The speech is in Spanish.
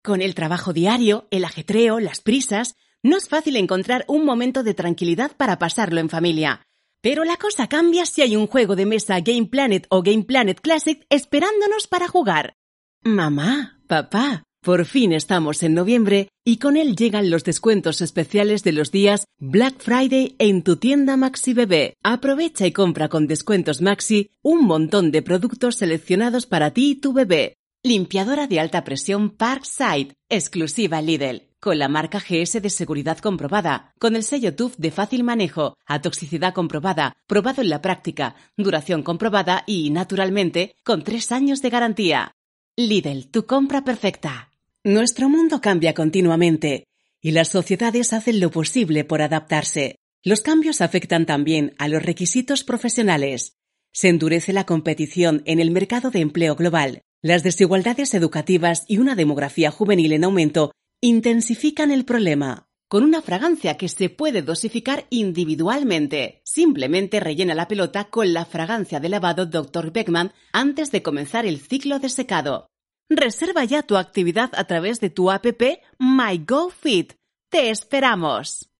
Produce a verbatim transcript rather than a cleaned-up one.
Con el trabajo diario, el ajetreo, las prisas, no es fácil encontrar un momento de tranquilidad para pasarlo en familia. Pero la cosa cambia si hay un juego de mesa Game Planet o Game Planet Classic esperándonos para jugar. Mamá, papá, por fin estamos en noviembre y con él llegan los descuentos especiales de los días Black Friday en tu tienda Maxi Bebé. Aprovecha y compra con descuentos Maxi un montón de productos seleccionados para ti y tu bebé. Limpiadora de alta presión Parkside, exclusiva Lidl, con la marca G S de seguridad comprobada, con el sello T U F de fácil manejo, a toxicidad comprobada, probado en la práctica, duración comprobada y, naturalmente, con tres años de garantía. Lidl, tu compra perfecta. Nuestro mundo cambia continuamente y las sociedades hacen lo posible por adaptarse. Los cambios afectan también a los requisitos profesionales. Se endurece la competición en el mercado de empleo global. Las desigualdades educativas y una demografía juvenil en aumento intensifican el problema. Con una fragancia que se puede dosificar individualmente. Simplemente rellena la pelota con la fragancia de lavado doctor Beckman antes de comenzar el ciclo de secado. Reserva ya tu actividad a través de tu app MyGoFit. ¡Te esperamos!